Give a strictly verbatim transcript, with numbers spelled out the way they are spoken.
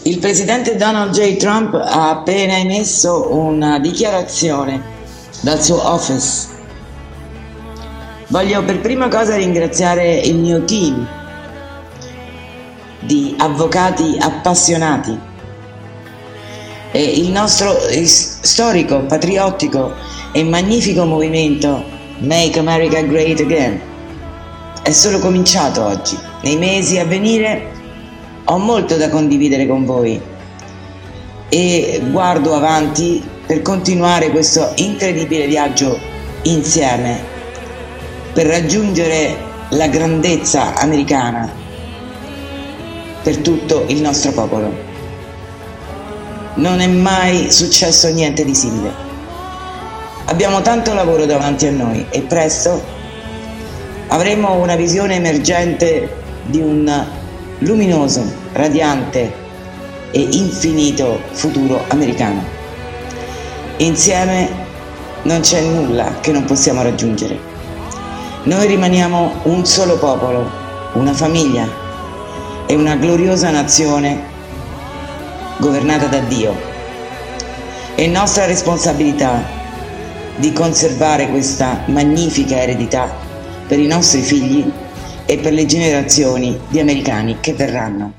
Il presidente Donald J. Trump ha appena emesso una dichiarazione dal suo office. Voglio per prima cosa ringraziare il mio team di avvocati appassionati e il nostro storico, patriottico e magnifico movimento Make America Great Again. È solo cominciato oggi. Nei mesi a venire ho molto da condividere con voi e guardo avanti per continuare questo incredibile viaggio insieme per raggiungere la grandezza americana per tutto il nostro popolo. Non è mai successo niente di simile. Abbiamo tanto lavoro davanti a noi e presto avremo una visione emergente di un luminoso, radiante e infinito futuro americano. Insieme non c'è nulla che non possiamo raggiungere. Noi rimaniamo un solo popolo, una famiglia e una gloriosa nazione governata da Dio. È nostra responsabilità di conservare questa magnifica eredità per i nostri figli e per le generazioni di americani che verranno.